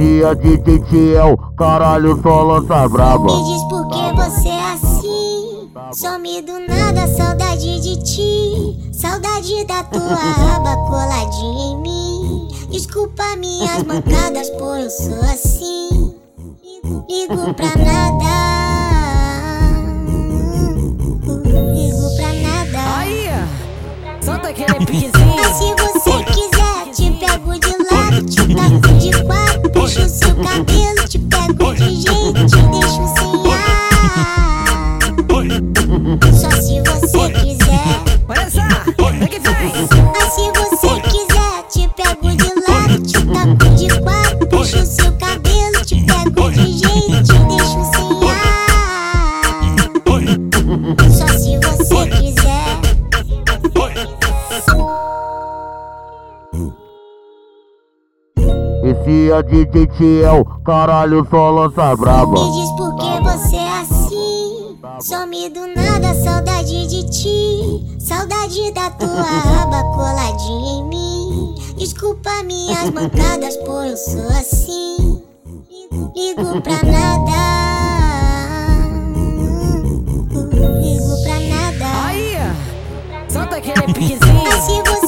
Esse é DJ Tiel, caralho, só lança braba. Me diz por que você é assim, some do nada, saudade de ti, saudade da tua aba coladinha em mim. Desculpa minhas mancadas, por eu sou assim, ligo pra nada, ligo pra nada. Aí, solta aquele piquezinho. Mas se você quiser, te pego de lado, te taco de quatro, puxo seu cabelo, te pego de jeito, te deixo sem ar. Só se você quiser. Olha só, o que faz? Mas se você quiser, te pego de lado, te taco de quatro, puxo seu cabelo, te pego de jeito, te deixo sem ar. Só se você quiser. Esse é DJ Tiel, caralho, só lança braba. Me diz por que você é assim, some do nada, saudade de ti, saudade da tua aba coladinha em mim. Desculpa minhas mancadas, por eu sou assim, ligo pra nada, ligo pra nada. Aí, solta aquele piquezinho. Mas se você